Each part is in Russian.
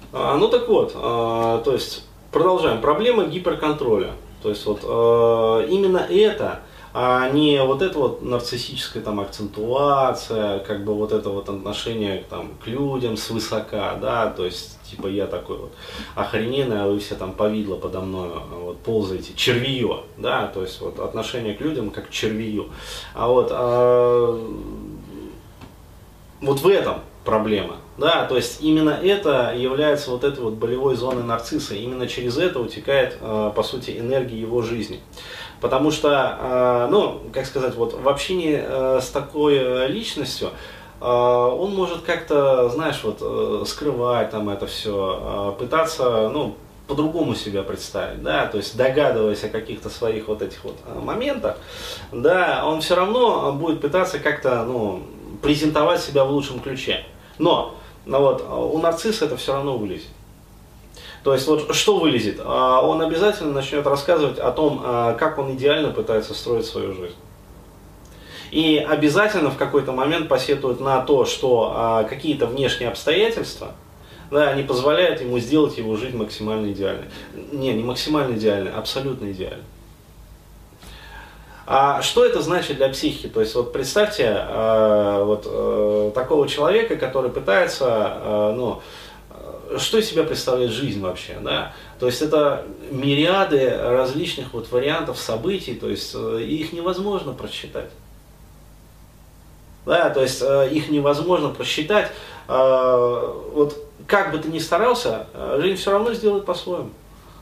Ну так вот, то есть продолжаем. Проблема гиперконтроля. То есть вот именно это, а не вот эта вот нарциссическая там акцентуация, как бы вот это вот отношение там, к людям свысока, да, то есть типа я такой вот охрененный, а вы все там повидло подо мной вот, ползаете, червие, да, то есть вот отношение к людям как к червию. Вот в этом проблема, да, то есть именно это является вот этой вот болевой зоной нарцисса, именно через это утекает, по сути, энергия его жизни. Потому что, ну, как сказать, вот в общении с такой личностью он может как-то, знаешь, вот скрывать там это все, пытаться, ну, по-другому себя представить, да, то есть догадываясь о каких-то своих вот этих вот моментах, да, он все равно будет пытаться как-то, ну, презентовать себя в лучшем ключе. Но вот, у нарцисса это все равно вылезет. То есть вот что вылезет? Он обязательно начнет рассказывать о том, как он идеально пытается строить свою жизнь. И обязательно в какой-то момент посетует на то, что какие-то внешние обстоятельства, да, не позволяют ему сделать его жизнь максимально идеальной. Не максимально идеальной, абсолютно идеальной. А что это значит для психики? То есть вот представьте такого человека, который пытается, что из себя представляет жизнь вообще, да? То есть это мириады различных вот вариантов событий, то есть их невозможно просчитать. Да, то есть их невозможно просчитать. Вот как бы ты ни старался, жизнь все равно сделает по-своему.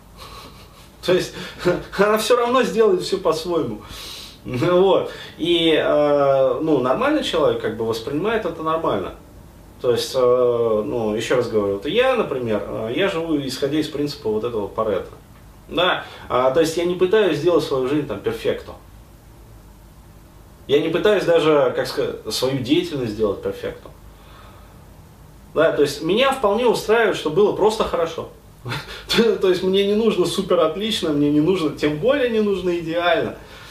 То есть она все равно сделает все по-своему. Вот. И нормальный человек как бы воспринимает это нормально. То есть, еще раз говорю, вот я, например, я живу исходя из принципа вот этого Парето. Да? То есть я не пытаюсь сделать свою жизнь там перфекту. Я не пытаюсь даже, как сказать, свою деятельность сделать перфекту. Да? То есть меня вполне устраивает, что было просто хорошо. То есть мне не нужно супер отлично, мне не нужно, тем более не нужно идеально.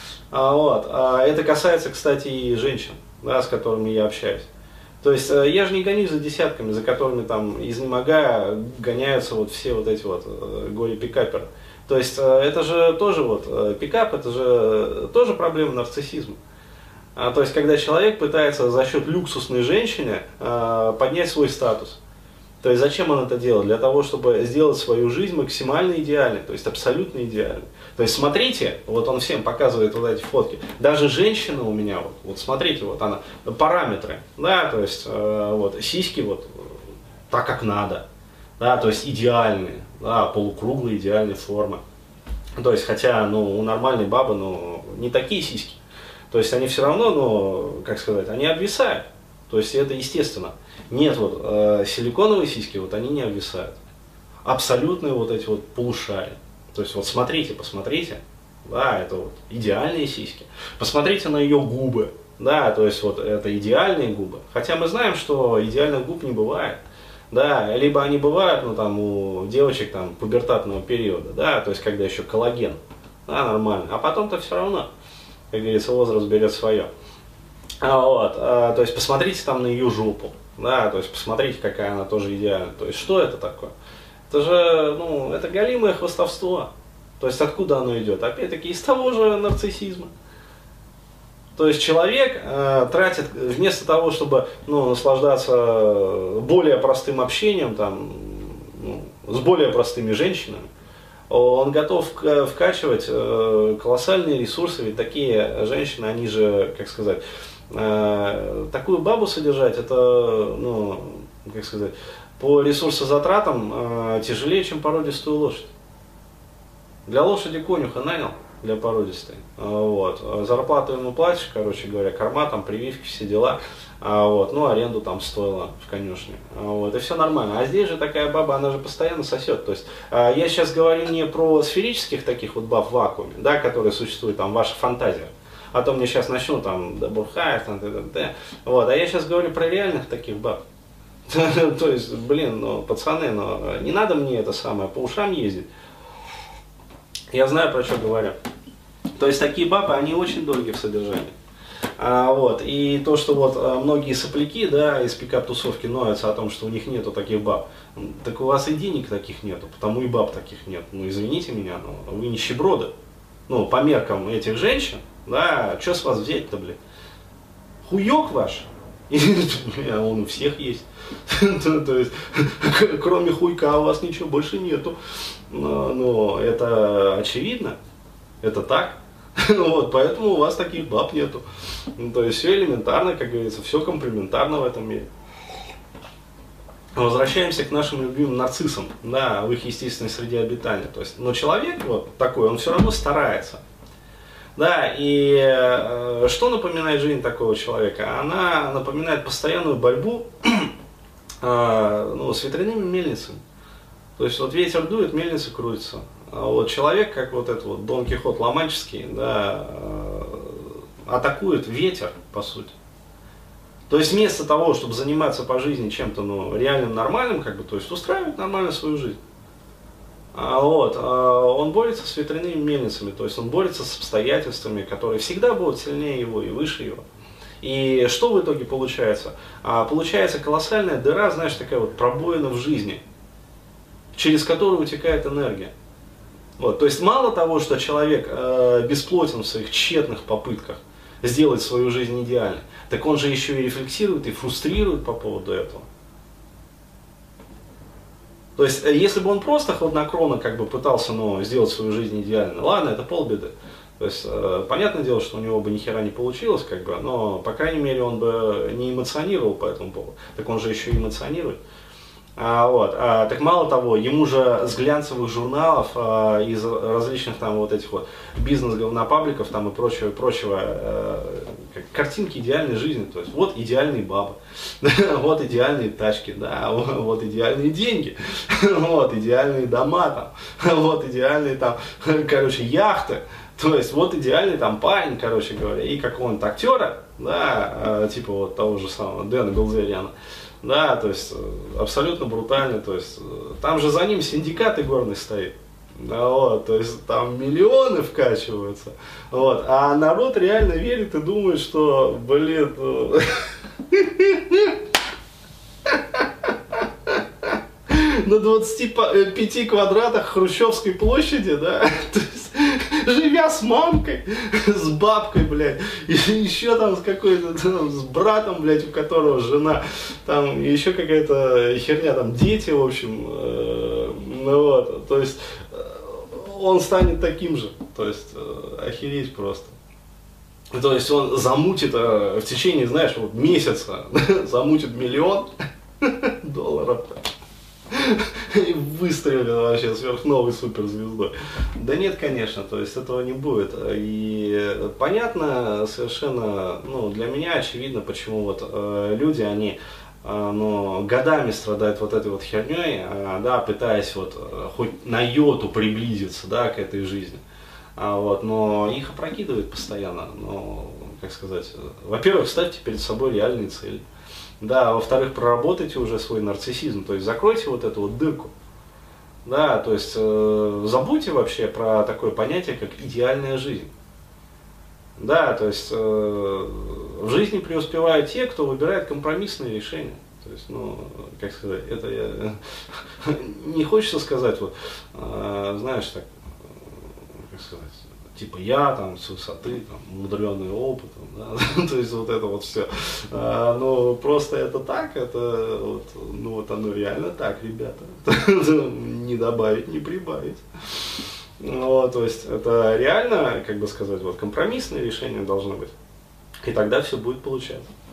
Это касается, кстати, и женщин, да, с которыми я общаюсь. То есть я же не гонюсь за десятками, за которыми там, изнемогая, гоняются вот все вот эти вот горе-пикаперы. То есть это же тоже вот, пикап, это же тоже проблема нарциссизма. То есть когда человек пытается за счет люксусной женщины поднять свой статус. То есть зачем он это делает? Для того, чтобы сделать свою жизнь максимально идеальной, то есть абсолютно идеальной. То есть смотрите, вот он всем показывает вот эти фотки. Даже женщина у меня, вот смотрите, вот она, параметры, да, то есть сиськи вот так как надо, да, то есть идеальные, да, полукруглые идеальные формы. То есть хотя, у нормальной бабы, не такие сиськи. То есть они все равно, как сказать, они обвисают. То есть это естественно. Нет, вот силиконовые сиськи, вот они не обвисают. Абсолютные вот эти вот полушария. То есть вот смотрите, посмотрите, да, это вот идеальные сиськи. Посмотрите на ее губы, да, то есть вот это идеальные губы. Хотя мы знаем, что идеальных губ не бывает. Да, либо они бывают, у девочек там пубертатного периода, да, то есть когда еще коллаген, да, нормально. А потом-то все равно, как говорится, возраст берет свое. То есть посмотрите там на ее жопу, да, то есть посмотрите, какая она тоже идеальна. То есть что это такое? Это же, это голимое хвастовство. То есть откуда оно идет? Опять-таки из того же нарциссизма. То есть человек тратит, вместо того, чтобы наслаждаться более простым общением там, с более простыми женщинами, он готов вкачивать колоссальные ресурсы, ведь такие женщины, они же, как сказать, такую бабу содержать, это, как сказать, по ресурсозатратам тяжелее, чем породистую лошадь. Для лошади конюха нанял, для породистой. Зарплату ему платишь, короче говоря, корма, там, прививки, все дела. Аренду там стоило в конюшне. И все нормально. А здесь же такая баба, она же постоянно сосет. То есть я сейчас говорю не про сферических таких вот баб в вакууме, да, которые существуют там в ваших фантазиях. А то мне сейчас начну там, да, Бурхаев, там, т.д. А я сейчас говорю про реальных таких баб. То есть, пацаны, не надо мне это самое по ушам ездить. Я знаю, про что говорю. То есть такие бабы, они очень дороги в содержании. Вот. И то, что вот многие сопляки, да, из пикап-тусовки ноются о том, что у них нету таких баб. Так у вас и денег таких нету, потому и баб таких нет. Ну, извините меня, но вы нищеброды. Ну, по меркам этих женщин, да, что с вас взять-то, блин? Хуёк ваш? Он у всех есть. То есть, кроме хуйка у вас ничего больше нету. Но это очевидно. Это так. Вот, поэтому у вас таких баб нету. То есть все элементарно, как говорится, все комплементарно в этом мире. Возвращаемся к нашим любимым нарциссам, да, в их естественной среде обитания. То есть, но человек вот такой, он все равно старается. Да, и что напоминает жизнь такого человека? Она напоминает постоянную борьбу с ветряными мельницами. То есть вот ветер дует, мельница крутится. А вот человек, как вот этот вот Дон Кихот ломанческий, да, атакует ветер, по сути. То есть вместо того, чтобы заниматься по жизни чем-то реальным, нормальным, как бы, то есть устраивать нормально свою жизнь. Он борется с ветряными мельницами, то есть он борется с обстоятельствами, которые всегда будут сильнее его и выше его. И что в итоге получается? Получается колоссальная дыра, знаешь, такая вот пробоина в жизни, через которую утекает энергия. Вот, то есть мало того, что человек бесплотен в своих тщетных попытках сделать свою жизнь идеальной, так он же еще и рефлексирует и фрустрирует по поводу этого. То есть, если бы он просто хладнокровно как бы пытался сделать свою жизнь идеальной, ладно, это полбеды. То есть, понятное дело, что у него бы ни хера не получилось, как бы, но, по крайней мере, он бы не эмоционировал по этому поводу. Так он же еще и эмоционирует. Так мало того, ему же с глянцевых журналов, из различных там вот этих вот бизнес-говнопабликов там и прочего, картинки идеальной жизни, то есть вот идеальные бабы, вот идеальные тачки, да, вот идеальные деньги, вот идеальные дома там, вот идеальные там, короче, яхты, то есть вот идеальный там парень, короче говоря, и какого-нибудь актера, да, типа вот того же самого Дэна Билзеряна. Да, то есть абсолютно брутально, то есть там же за ним синдикат игорный стоит, то есть там миллионы вкачиваются, а народ реально верит и думает, что, блин, на 25 квадратах Хрущевской площади, да, то есть, живя с мамкой, с бабкой, блядь, и еще там с какой-то, с братом, блядь, у которого жена, там еще какая-то херня, там дети, в общем, то есть он станет таким же, то есть охереть просто. То есть он замутит в течение, знаешь, вот месяца, замутит $1 000 000 и выстрелит вообще сверхновой суперзвездой. Да нет, конечно, то есть этого не будет. И понятно совершенно, для меня очевидно, почему вот люди, они годами страдают вот этой вот херней, да, пытаясь вот хоть на йоту приблизиться, да, к этой жизни. Но их опрокидывает постоянно. Как сказать, во-первых, ставьте перед собой реальные цели. Да, во-вторых, проработайте уже свой нарциссизм, то есть закройте вот эту вот дырку. Да, то есть забудьте вообще про такое понятие, как идеальная жизнь. Да, то есть в жизни преуспевают те, кто выбирает компромиссные решения. То есть, как сказать, это не хочется сказать, вот, знаешь, так, как сказать, типа я там с высоты, там, мудренный опытом, да, то есть вот это вот все. Но просто это так, это вот, оно реально так, ребята. Не добавить, не прибавить. То есть это реально, как бы сказать, вот компромиссные решения должны быть. И тогда все будет получаться.